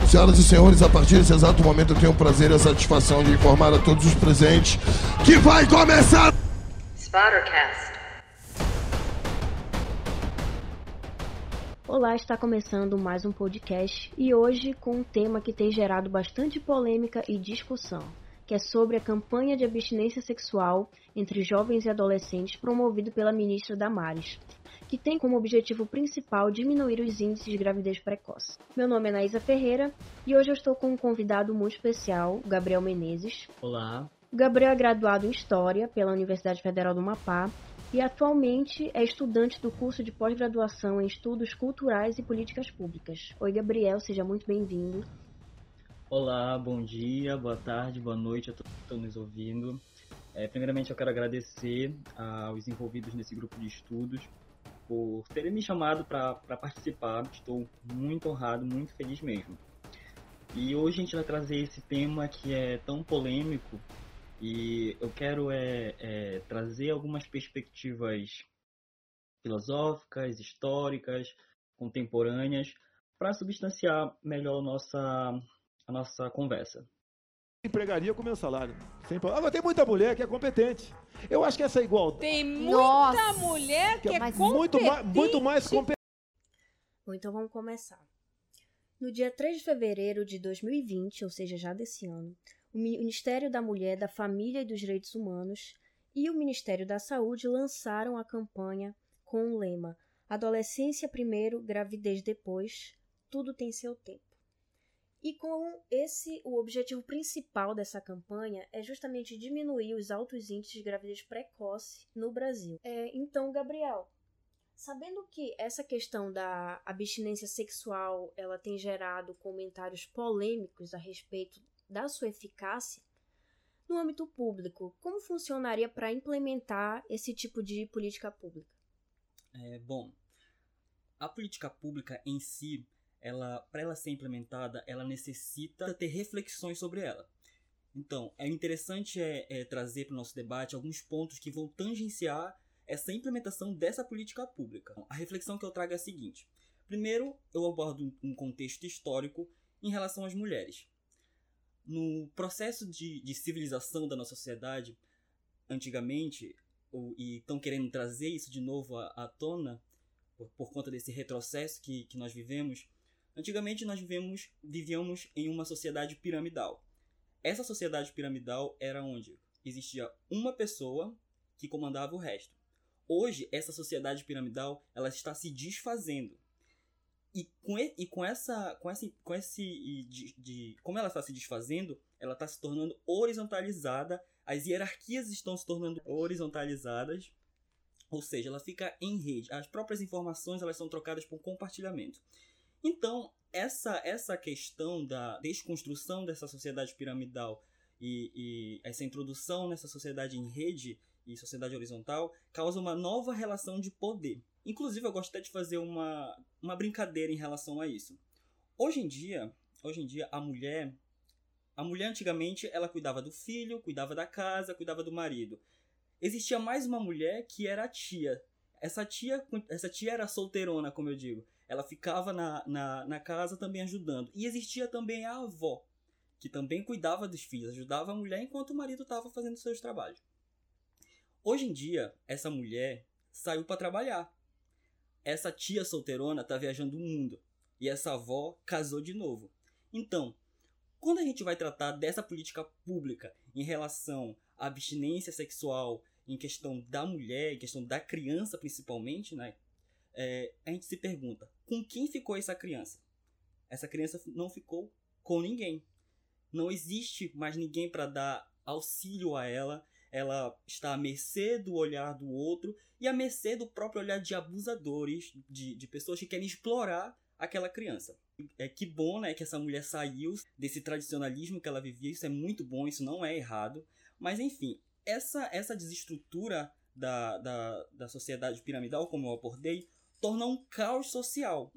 Senhoras e senhores, a partir desse exato momento eu tenho o prazer e a satisfação de informar a todos os presentes que vai começar Spottercast. Olá, está começando mais um podcast e hoje com um tema que tem gerado bastante polêmica e discussão, que é sobre a campanha de abstinência sexual entre jovens e adolescentes promovido pela ministra Damares, que tem como objetivo principal diminuir os índices de gravidez precoce. Meu nome é Anaísa Ferreira e hoje eu estou com um convidado muito especial, o Gabriel Menezes. Olá. O Gabriel é graduado em História pela Universidade Federal do Amapá e atualmente é estudante do curso de pós-graduação em Estudos Culturais e Políticas Públicas. Oi, Gabriel, seja muito bem-vindo. Olá, bom dia, boa tarde, boa noite a todos que estão nos ouvindo. Primeiramente, eu quero agradecer aos envolvidos nesse grupo de estudos por terem me chamado para participar. Estou muito honrado, muito feliz mesmo. E hoje a gente vai trazer esse tema que é tão polêmico e eu quero trazer algumas perspectivas filosóficas, históricas, contemporâneas, para substanciar melhor a nossa conversa. Empregaria com meu salário. Agora tem muita mulher que é competente. Eu acho que essa igualdade... Tem muita mulher que é competente. Muito mais competente. Bom, então vamos começar. No dia 3 de fevereiro de 2020, ou seja, já desse ano, o Ministério da Mulher, da Família e dos Direitos Humanos e o Ministério da Saúde lançaram a campanha com o lema Adolescência primeiro, gravidez depois, tudo tem seu tempo. E com o objetivo principal dessa campanha é justamente diminuir os altos índices de gravidez precoce no Brasil. Então, Gabriel, sabendo que essa questão da abstinência sexual ela tem gerado comentários polêmicos a respeito da sua eficácia, no âmbito público, como funcionaria para implementar esse tipo de política pública? Bom, a política pública em si, para ela ser implementada, ela necessita ter reflexões sobre ela. Então, é interessante trazer para o nosso debate alguns pontos que vão tangenciar essa implementação dessa política pública. A reflexão que eu trago é a seguinte. Primeiro, eu abordo um contexto histórico em relação às mulheres. No processo de civilização da nossa sociedade, antigamente, e estão querendo trazer isso de novo à tona, por conta desse retrocesso que nós vivemos, antigamente nós vivíamos em uma sociedade piramidal. Essa sociedade piramidal era onde existia uma pessoa que comandava o resto. Hoje, essa sociedade piramidal ela está se desfazendo. Como ela está se desfazendo, ela está se tornando horizontalizada, as hierarquias estão se tornando horizontalizadas, ou seja, ela fica em rede. As próprias informações elas são trocadas por compartilhamento. Então, essa questão da desconstrução dessa sociedade piramidal e essa introdução nessa sociedade em rede e sociedade horizontal causa uma nova relação de poder. Inclusive, eu gosto até de fazer uma brincadeira em relação a isso. Hoje em dia, a mulher antigamente, ela cuidava do filho, cuidava da casa, cuidava do marido. Existia mais uma mulher que era a tia. Essa tia era solteirona, como eu digo. Ela ficava na casa também ajudando. E existia também a avó, que também cuidava dos filhos, ajudava a mulher enquanto o marido estava fazendo seus trabalhos. Hoje em dia, essa mulher saiu para trabalhar. Essa tia solteirona está viajando o mundo. E essa avó casou de novo. Então, quando a gente vai tratar dessa política pública em relação à abstinência sexual, em questão da mulher, em questão da criança principalmente, né? A gente se pergunta, com quem ficou essa criança? Essa criança não ficou com ninguém. Não existe mais ninguém para dar auxílio a ela. Ela está à mercê do olhar do outro e à mercê do próprio olhar de abusadores, de pessoas que querem explorar aquela criança. Que bom, né, que essa mulher saiu desse tradicionalismo que ela vivia. Isso é muito bom, isso não é errado. Mas, enfim, essa desestrutura da sociedade piramidal, como eu abordei, torna um caos social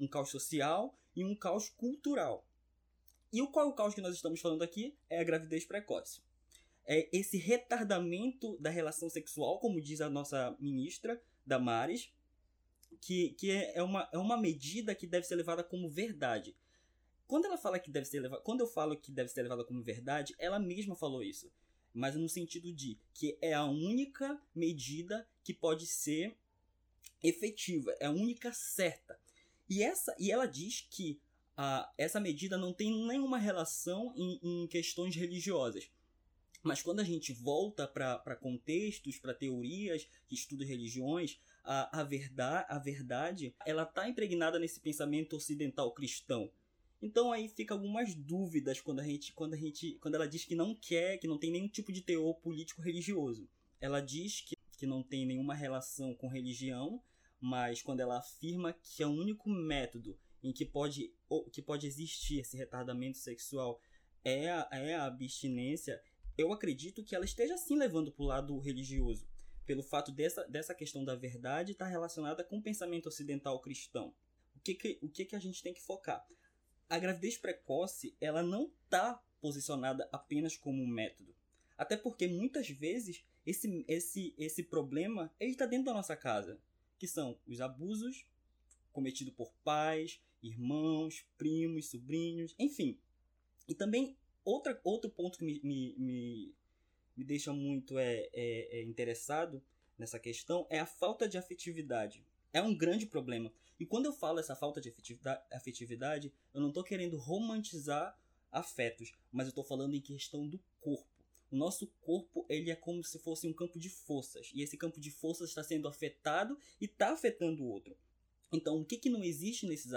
e um caos cultural. E qual é o caos que nós estamos falando aqui? É a gravidez precoce. É esse retardamento da relação sexual, como diz a nossa ministra Damares, que é uma medida que deve ser levada como verdade. Quando ela fala que deve ser levada, quando eu falo que deve ser levada como verdade, ela mesma falou isso. Mas no sentido de que é a única medida que pode ser efetiva, é a única certa. E ela diz que essa medida não tem nenhuma relação em questões religiosas. Mas quando a gente volta para contextos, para teorias que estudam religiões, a verdade ela está impregnada nesse pensamento ocidental cristão. Então aí fica algumas dúvidas quando ela diz que não quer, que não tem nenhum tipo de teor político religioso. Ela diz que não tem nenhuma relação com religião, mas quando ela afirma que é o único método em que pode existir esse retardamento sexual é a abstinência, eu acredito que ela esteja sim levando para o lado religioso, pelo fato dessa questão da verdade estar relacionada com o pensamento ocidental cristão. O que a gente tem que focar? A gravidez precoce, ela não está posicionada apenas como um método. Até porque muitas vezes esse problema está dentro da nossa casa, que são os abusos cometidos por pais, irmãos, primos, sobrinhos, enfim. E também outro ponto que me deixa muito interessado nessa questão é a falta de afetividade. É um grande problema. E quando eu falo essa falta de afetividade, eu não estou querendo romantizar afetos, mas eu estou falando em questão do corpo. O nosso corpo ele é como se fosse um campo de forças. E esse campo de forças está sendo afetado e está afetando o outro. Então, o que não existe nesses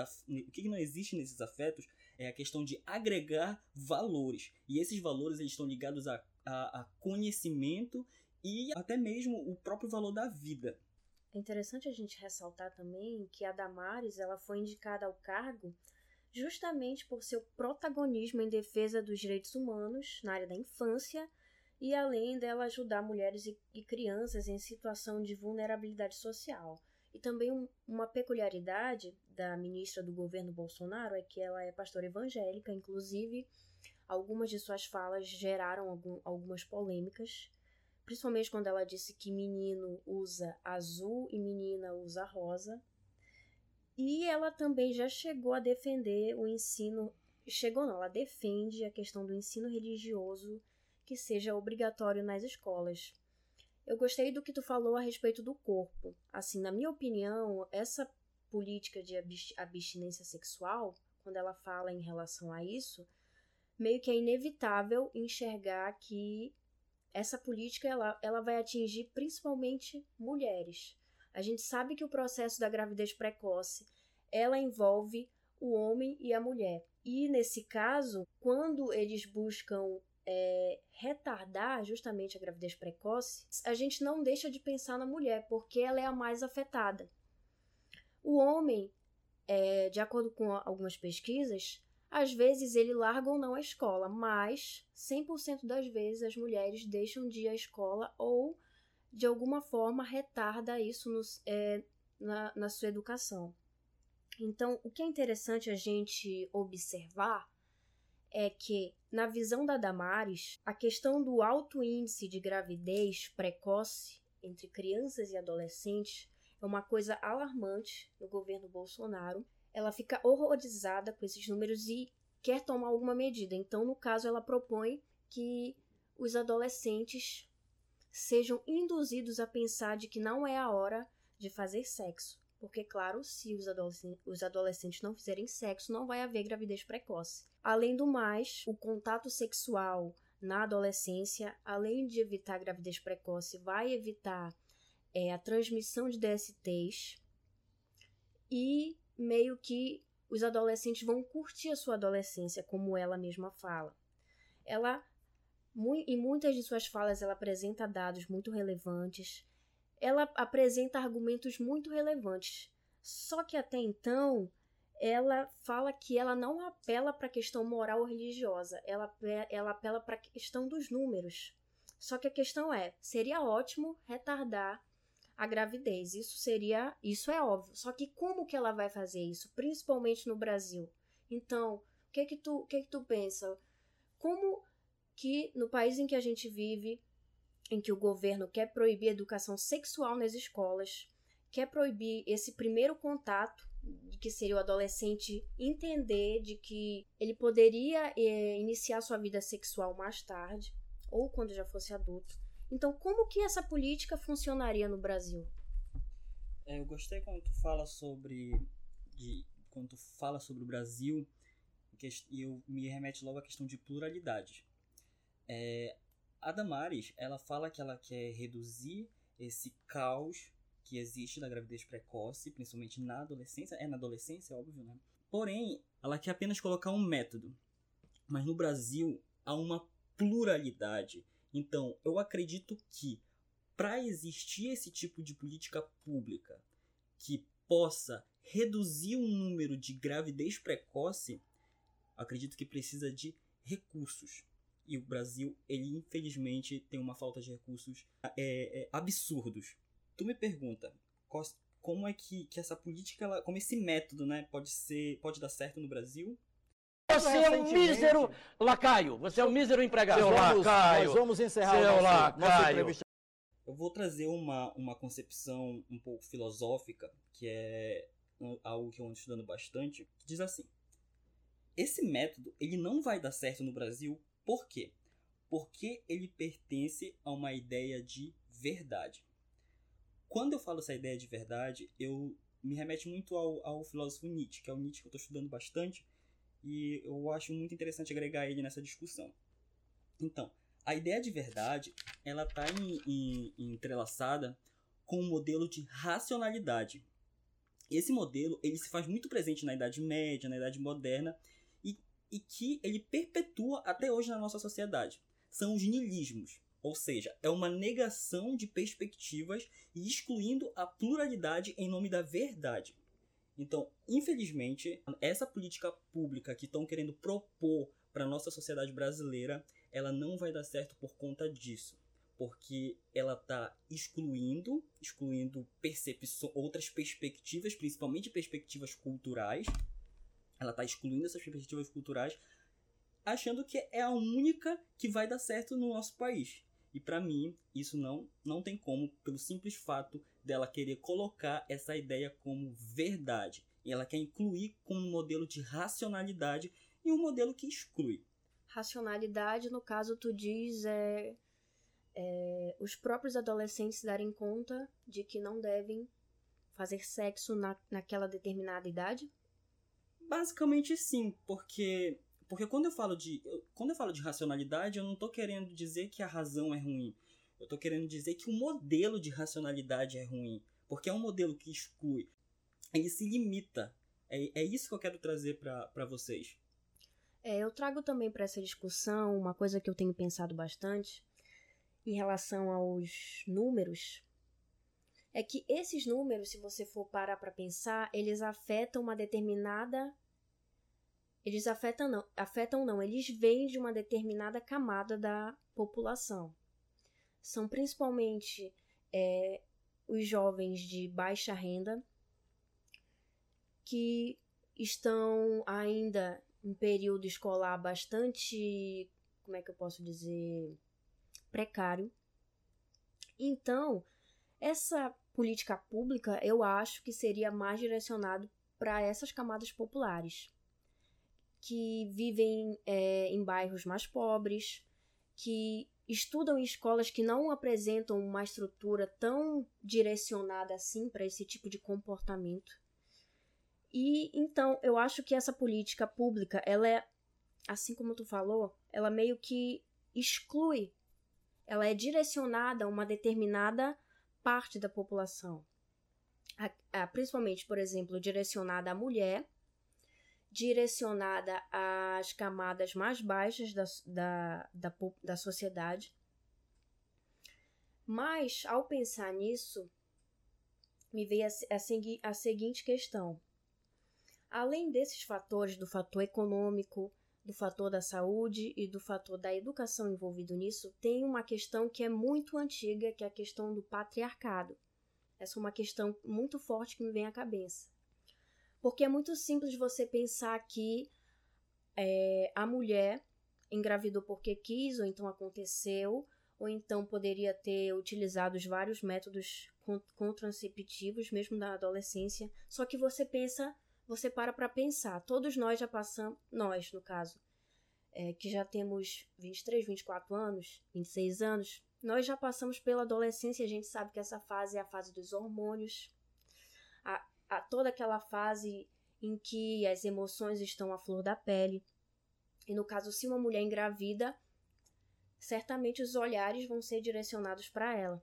afetos é a questão de agregar valores. E esses valores eles estão ligados a conhecimento e até mesmo o próprio valor da vida. É interessante a gente ressaltar também que a Damares ela foi indicada ao cargo justamente por seu protagonismo em defesa dos direitos humanos na área da infância e além dela ajudar mulheres e crianças em situação de vulnerabilidade social. E também uma peculiaridade da ministra do governo Bolsonaro é que ela é pastora evangélica, inclusive algumas de suas falas geraram algumas polêmicas, principalmente quando ela disse que menino usa azul e menina usa rosa. E ela também já chegou a defender o ensino... ela defende a questão do ensino religioso que seja obrigatório nas escolas. Eu gostei do que tu falou a respeito do corpo. Assim, na minha opinião, essa política de abstinência sexual, quando ela fala em relação a isso, meio que é inevitável enxergar que essa política ela vai atingir principalmente mulheres. A gente sabe que o processo da gravidez precoce ela envolve o homem e a mulher. E nesse caso, quando eles buscam retardar justamente a gravidez precoce, a gente não deixa de pensar na mulher, porque ela é a mais afetada. O homem, de acordo com algumas pesquisas, às vezes ele larga ou não a escola, mas 100% das vezes as mulheres deixam de ir à escola ou, de alguma forma, retarda isso na sua educação. Então, o que é interessante a gente observar é que, na visão da Damares, a questão do alto índice de gravidez precoce entre crianças e adolescentes é uma coisa alarmante no governo Bolsonaro. Ela fica horrorizada com esses números e quer tomar alguma medida. Então, no caso, ela propõe que os adolescentes sejam induzidos a pensar de que não é a hora de fazer sexo. Porque, claro, se os adolescentes não fizerem sexo, não vai haver gravidez precoce. Além do mais, o contato sexual na adolescência, além de evitar a gravidez precoce, vai evitar a transmissão de DSTs e meio que os adolescentes vão curtir a sua adolescência, como ela mesma fala. Em muitas de suas falas, ela apresenta dados muito relevantes, ela apresenta argumentos muito relevantes, só que até então ela fala que ela não apela para a questão moral ou religiosa, ela apela para a questão dos números. Só que a questão seria ótimo retardar a gravidez, isso é óbvio, só que como que ela vai fazer isso, principalmente no Brasil? Então, o que que tu pensa? Como que no país em que a gente vive, em que o governo quer proibir a educação sexual nas escolas, quer proibir esse primeiro contato de que seria o adolescente entender de que ele poderia iniciar sua vida sexual mais tarde, ou quando já fosse adulto. Então, como que essa política funcionaria no Brasil? Eu gostei quando tu fala sobre o Brasil, e eu me remete logo à questão de pluralidade. A Damares, ela fala que ela quer reduzir esse caos que existe da gravidez precoce, principalmente na adolescência. Na adolescência, é óbvio, né? Porém, ela quer apenas colocar um método. Mas no Brasil, há uma pluralidade. Então, eu acredito que, para existir esse tipo de política pública que possa reduzir o número de gravidez precoce, acredito que precisa de recursos. E o Brasil, ele infelizmente tem uma falta de recursos absurdos. Tu me pergunta, como é que essa política, como esse método, né, pode dar certo no Brasil? Você é um mísero lacaio, você é um mísero empregado. Nós vamos encerrar nossa entrevista. Eu vou trazer uma concepção um pouco filosófica, que é algo que eu ando estudando bastante, que diz assim: esse método, ele não vai dar certo no Brasil, por quê? Porque ele pertence a uma ideia de verdade. Quando eu falo essa ideia de verdade, eu me remete muito ao filósofo Nietzsche, que é o Nietzsche que eu estou estudando bastante, e eu acho muito interessante agregar ele nessa discussão. Então, a ideia de verdade, ela está entrelaçada com um modelo de racionalidade. Esse modelo, ele se faz muito presente na Idade Média, na Idade Moderna, e que ele perpetua até hoje na nossa sociedade. São os niilismos, ou seja, é uma negação de perspectivas e excluindo a pluralidade em nome da verdade. Então, infelizmente, essa política pública que estão querendo propor para a nossa sociedade brasileira, ela não vai dar certo por conta disso. Porque ela está excluindo outras perspectivas, principalmente perspectivas culturais. Ela está excluindo essas perspectivas culturais, achando que é a única que vai dar certo no nosso país. E para mim, isso não tem como, pelo simples fato dela querer colocar essa ideia como verdade. E ela quer incluir como um modelo de racionalidade e um modelo que exclui. Racionalidade, no caso, tu diz, os próprios adolescentes darem conta de que não devem fazer sexo naquela determinada idade? Basicamente sim, porque quando eu falo de racionalidade, eu não estou querendo dizer que a razão é ruim. Eu estou querendo dizer que o modelo de racionalidade é ruim, porque é um modelo que exclui. Ele se limita. É isso que eu quero trazer para vocês. Eu trago também para essa discussão uma coisa que eu tenho pensado bastante em relação aos números. É que esses números, se você for parar para pensar, eles afetam uma determinada... Eles eles vêm de uma determinada camada da população. São principalmente os jovens de baixa renda que estão ainda em período escolar bastante, como é que eu posso dizer, precário. Então, essa política pública, eu acho que seria mais direcionado para essas camadas populares, que vivem em bairros mais pobres, que estudam em escolas que não apresentam uma estrutura tão direcionada assim para esse tipo de comportamento. E então eu acho que essa política pública, ela é, assim como tu falou, ela meio que exclui, ela é direcionada a uma determinada parte da população. Principalmente, por exemplo, direcionada à mulher, direcionada às camadas mais baixas da sociedade. Mas, ao pensar nisso, me veio a seguinte questão. Além desses fatores, do fator econômico, do fator da saúde e do fator da educação envolvido nisso, tem uma questão que é muito antiga, que é a questão do patriarcado. Essa é uma questão muito forte que me vem à cabeça. Porque é muito simples você pensar que a mulher engravidou porque quis, ou então aconteceu, ou então poderia ter utilizado os vários métodos contraceptivos, mesmo na adolescência. Só que você para pensar, todos nós já passamos, nós no caso, que já temos 23, 24 anos, 26 anos, nós já passamos pela adolescência e a gente sabe que essa fase é a fase dos hormônios, toda aquela fase em que as emoções estão à flor da pele. E no caso, se uma mulher engravida, certamente os olhares vão ser direcionados para ela.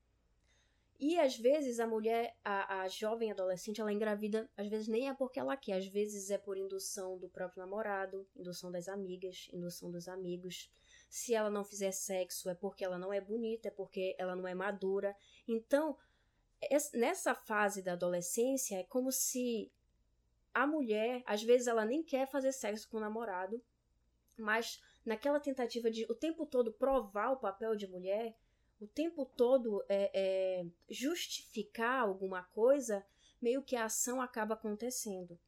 E às vezes a mulher, a jovem adolescente, ela engravida, às vezes nem é porque ela quer, às vezes é por indução do próprio namorado, indução das amigas, indução dos amigos. Se ela não fizer sexo é porque ela não é bonita, é porque ela não é madura. Então, nessa fase da adolescência, é como se a mulher, às vezes ela nem quer fazer sexo com o namorado, mas naquela tentativa de o tempo todo provar o papel de mulher, o tempo todo justificar alguma coisa, meio que a ação acaba acontecendo.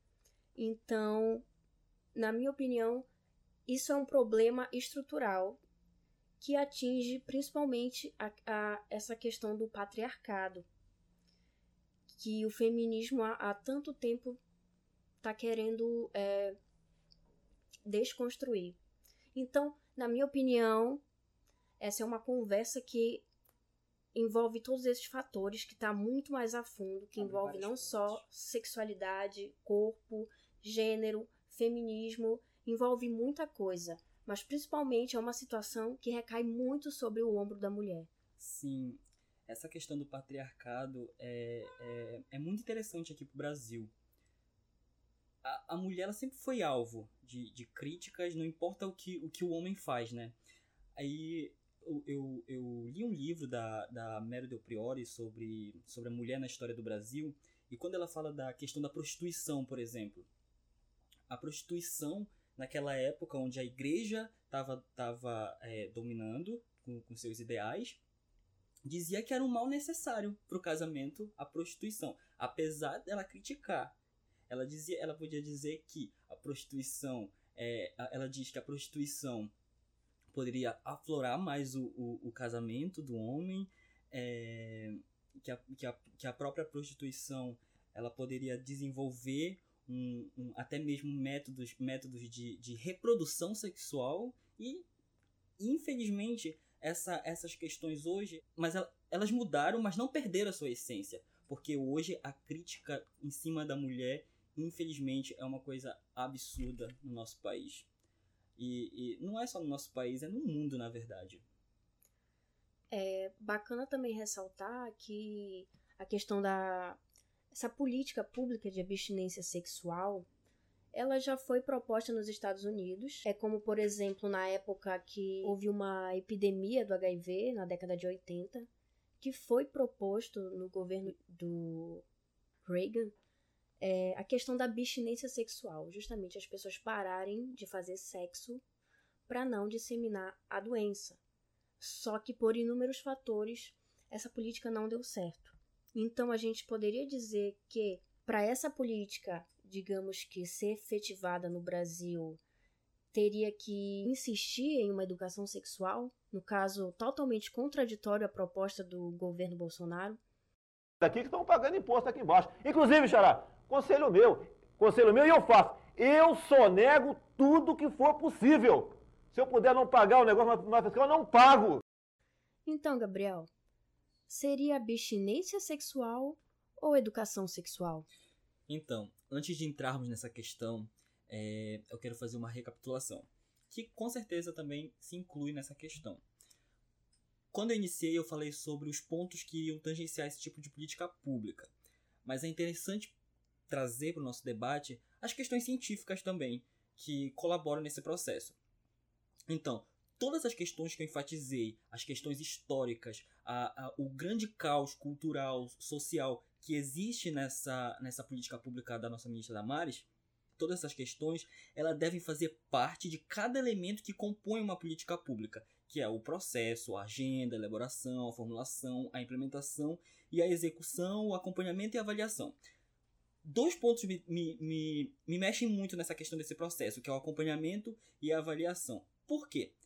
Então, na minha opinião, isso é um problema estrutural que atinge principalmente essa questão do patriarcado, que o feminismo há tanto tempo está querendo desconstruir. Então, na minha opinião, essa é uma conversa que envolve todos esses fatores, que está muito mais a fundo, que envolve não só sexualidade, corpo, gênero, feminismo, envolve muita coisa, mas principalmente é uma situação que recai muito sobre o ombro da mulher. Sim, essa questão do patriarcado é muito interessante aqui pro Brasil. A mulher ela sempre foi alvo de críticas, não importa o que o homem faz, né? Aí eu li um livro da Mary Del Priore sobre a mulher na história do Brasil, e quando ela fala da questão da prostituição, por exemplo, a prostituição naquela época onde a igreja estava dominando com seus ideais, dizia que era um mal necessário para o casamento a prostituição, apesar dela criticar. Ela podia dizer que a prostituição, ela diz que a prostituição poderia aflorar mais o casamento do homem, que a própria prostituição ela poderia desenvolver até mesmo métodos de reprodução sexual, e infelizmente essas questões hoje, mas elas mudaram, mas não perderam a sua essência, porque hoje a crítica em cima da mulher, infelizmente, é uma coisa absurda no nosso país. E não é só no nosso país, é no mundo, na verdade. É bacana também ressaltar que a questão essa política pública de abstinência sexual, ela já foi proposta nos Estados Unidos. É como, por exemplo, na época que houve uma epidemia do HIV, na década de 80, que foi proposto no governo do Reagan, a questão da abstinência sexual, justamente as pessoas pararem de fazer sexo para não disseminar a doença. Só que por inúmeros fatores, essa política não deu certo. Então a gente poderia dizer que para essa política, digamos que ser efetivada no Brasil, teria que insistir em uma educação sexual, no caso totalmente contraditório à proposta do governo Bolsonaro. Daqui que estão pagando imposto aqui embaixo. Inclusive, Xará, conselho meu e eu faço. Eu só nego tudo que for possível. Se eu puder não pagar o negócio na fiscal, eu não pago. Então, Gabriel, seria abstinência sexual ou educação sexual? Então, antes de entrarmos nessa questão, eu quero fazer uma recapitulação, que com certeza também se inclui nessa questão. Quando eu iniciei, eu falei sobre os pontos que iriam tangenciar esse tipo de política pública, mas é interessante trazer para o nosso debate as questões científicas também, que colaboram nesse processo. Então, todas as questões que eu enfatizei, as questões históricas, o grande caos cultural, social que existe nessa política pública da nossa ministra Damares, todas essas questões, elas devem fazer parte de cada elemento que compõe uma política pública, que é o processo, a agenda, a elaboração, a formulação, a implementação e a execução, o acompanhamento e a avaliação. Dois pontos me mexem muito nessa questão desse processo, que é o acompanhamento e a avaliação. Por quê?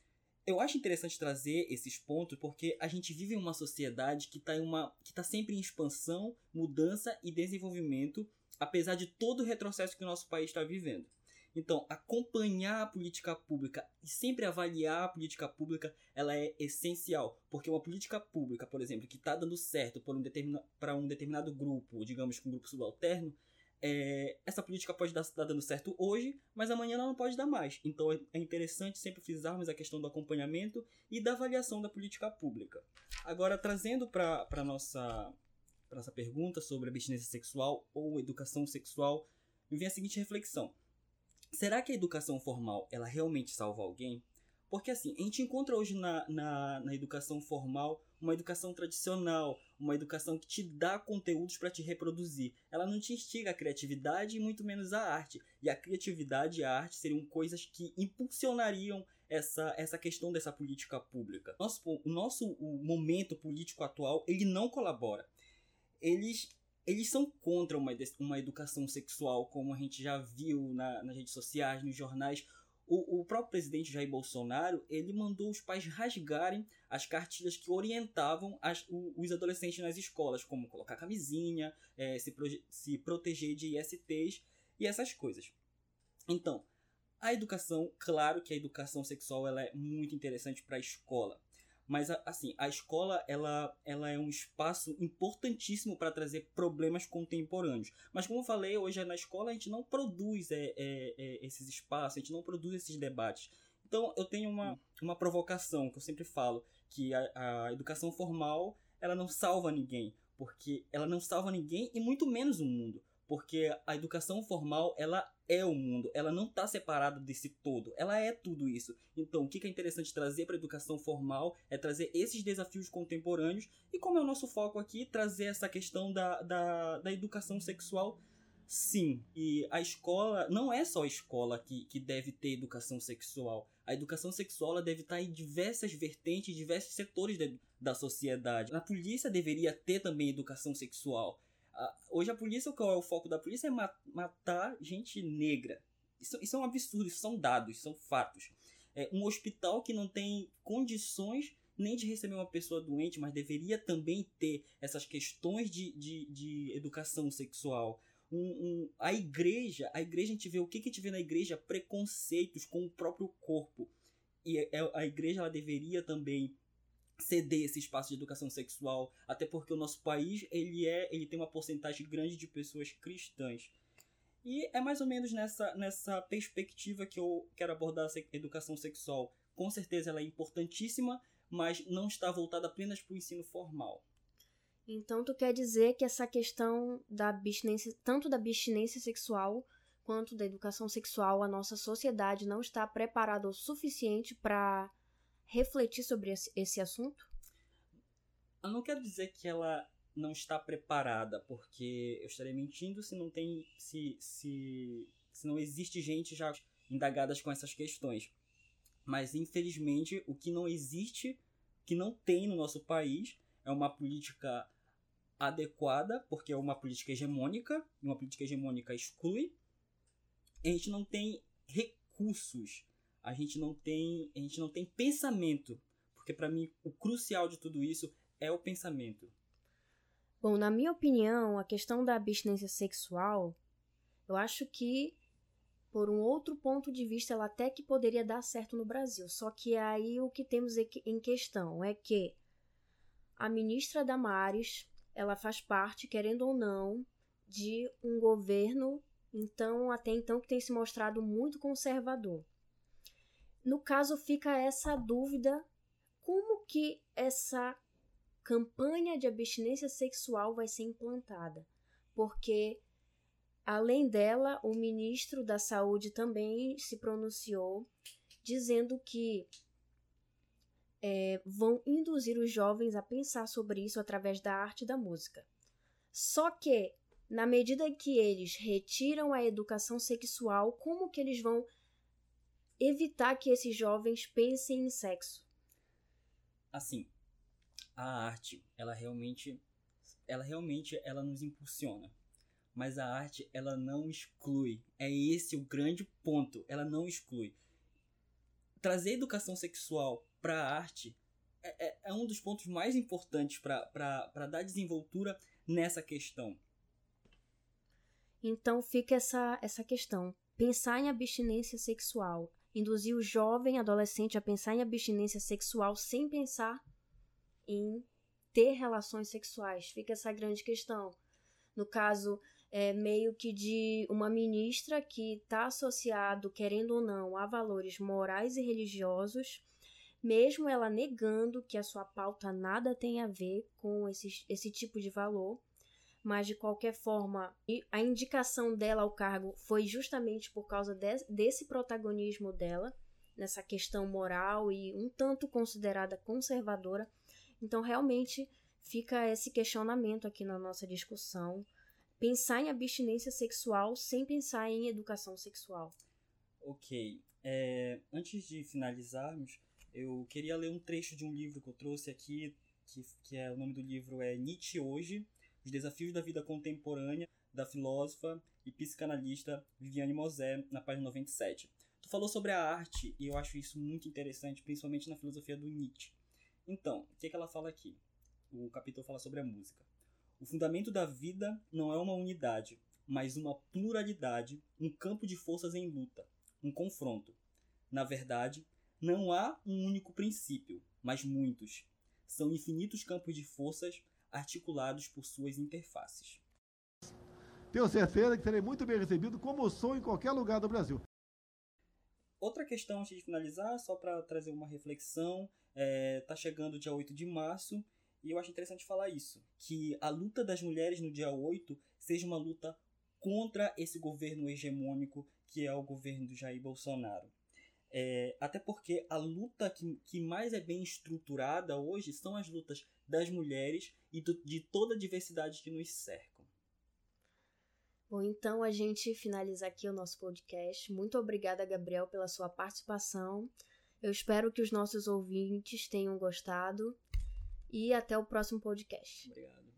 eu acho interessante trazer esses pontos porque a gente vive em uma sociedade que está sempre em expansão, mudança e desenvolvimento, apesar de todo o retrocesso que o nosso país está vivendo. Então, acompanhar a política pública e sempre avaliar a política pública, ela é essencial. Porque uma política pública, por exemplo, que está dando certo para um determinado grupo, digamos que um grupo subalterno, essa política pode estar dando certo hoje, mas amanhã ela não pode dar mais. Então, é interessante sempre frisarmos a questão do acompanhamento e da avaliação da política pública. Agora, trazendo para a nossa pergunta sobre abstinência sexual ou educação sexual, me vem a seguinte reflexão. Será que a educação formal, ela realmente salva alguém? Porque assim, a gente encontra hoje na educação formal uma educação tradicional, uma educação que te dá conteúdos para te reproduzir. Ela não te instiga a criatividade e muito menos a arte. E a criatividade e a arte seriam coisas que impulsionariam essa questão dessa política pública. O momento político atual, ele não colabora. Eles são contra uma educação sexual, como a gente já viu nas redes sociais, nos jornais. O próprio presidente Jair Bolsonaro, ele mandou os pais rasgarem as cartilhas que orientavam os adolescentes nas escolas, como colocar camisinha, se proteger de ISTs e essas coisas. Então, claro que a educação sexual ela é muito interessante para a escola. Mas, assim, a escola ela é um espaço importantíssimo para trazer problemas contemporâneos. Mas, como eu falei, hoje na escola a gente não produz esses espaços, a gente não produz esses debates. Então, eu tenho uma provocação que eu sempre falo, que a educação formal ela não salva ninguém. Porque ela não salva ninguém e muito menos o mundo. Porque a educação formal, ela é o mundo, ela não está separada desse todo, ela é tudo isso. Então, o que é interessante trazer para a educação formal é trazer esses desafios contemporâneos e, como é o nosso foco aqui, trazer essa questão da educação sexual, sim. E a escola, não é só a escola que deve ter educação sexual. A educação sexual ela deve estar em diversas vertentes, diversos setores da sociedade. A polícia deveria ter também educação sexual. Hoje a polícia, qual é o foco da polícia? É matar gente negra. Isso é um absurdo, isso são dados, são fatos. Um hospital que não tem condições nem de receber uma pessoa doente, mas deveria também ter essas questões de educação sexual. A igreja, a gente vê o que a gente vê na igreja? Preconceitos com o próprio corpo. E a igreja ela deveria também ceder esse espaço de educação sexual, até porque o nosso país ele tem uma porcentagem grande de pessoas cristãs. E é mais ou menos nessa perspectiva que eu quero abordar a educação sexual. Com certeza ela é importantíssima, mas não está voltada apenas para o ensino formal. Então tu quer dizer que essa questão da abstinência, tanto da abstinência sexual quanto da educação sexual, a nossa sociedade não está preparada o suficiente para refletir sobre esse assunto? Eu não quero dizer que ela não está preparada, porque eu estaria mentindo se não existe gente já indagadas com essas questões. Mas, infelizmente, o que não existe, que não tem no nosso país, é uma política adequada, porque é uma política hegemônica, e uma política hegemônica exclui. A gente não tem recursos. A gente não tem pensamento, porque para mim o crucial de tudo isso é o pensamento. Bom, na minha opinião, a questão da abstinência sexual, eu acho que, por um outro ponto de vista, ela até que poderia dar certo no Brasil. Só que aí o que temos em questão é que a ministra Damares, ela faz parte, querendo ou não, de um governo, até então, que tem se mostrado muito conservador. No caso, fica essa dúvida, como que essa campanha de abstinência sexual vai ser implantada? Porque, além dela, o ministro da Saúde também se pronunciou, dizendo que vão induzir os jovens a pensar sobre isso através da arte e da música. Só que, na medida que eles retiram a educação sexual, como que eles vão evitar que esses jovens pensem em sexo? Assim, a arte, ela realmente nos impulsiona. Mas a arte, ela não exclui. É esse o grande ponto. Ela não exclui. Trazer educação sexual para a arte é um dos pontos mais importantes para dar desenvoltura nessa questão. Então fica essa questão. Pensar em abstinência sexual. Induzir o jovem, adolescente a pensar em abstinência sexual sem pensar em ter relações sexuais. Fica essa grande questão. No caso, meio que de uma ministra que está associado, querendo ou não, a valores morais e religiosos, mesmo ela negando que a sua pauta nada tem a ver com esse tipo de valor, mas de qualquer forma, a indicação dela ao cargo foi justamente por causa desse protagonismo dela, nessa questão moral e um tanto considerada conservadora. Então, realmente, fica esse questionamento aqui na nossa discussão. Pensar em abstinência sexual sem pensar em educação sexual. Ok. Antes de finalizarmos, eu queria ler um trecho de um livro que eu trouxe aqui, que o nome do livro é Nietzsche Hoje, Os Desafios da Vida Contemporânea, da filósofa e psicanalista Viviane Mosé, na página 97. Tu falou sobre a arte, e eu acho isso muito interessante, principalmente na filosofia do Nietzsche. Então, o que ela fala aqui? O capítulo fala sobre a música. O fundamento da vida não é uma unidade, mas uma pluralidade, um campo de forças em luta, um confronto. Na verdade, não há um único princípio, mas muitos. São infinitos campos de forças articulados por suas interfaces. Tenho certeza que serei muito bem recebido, como sou em qualquer lugar do Brasil. Outra questão antes de finalizar, só para trazer uma reflexão, tá chegando o dia 8 de março, e eu acho interessante falar isso, que a luta das mulheres no dia 8 seja uma luta contra esse governo hegemônico que é o governo do Jair Bolsonaro. Até porque a luta que mais é bem estruturada hoje são as lutas das mulheres e de toda a diversidade que nos cercam. Bom, então a gente finaliza aqui o nosso podcast. Muito obrigada, Gabriel, pela sua participação. Eu espero que os nossos ouvintes tenham gostado. E até o próximo podcast. Obrigado.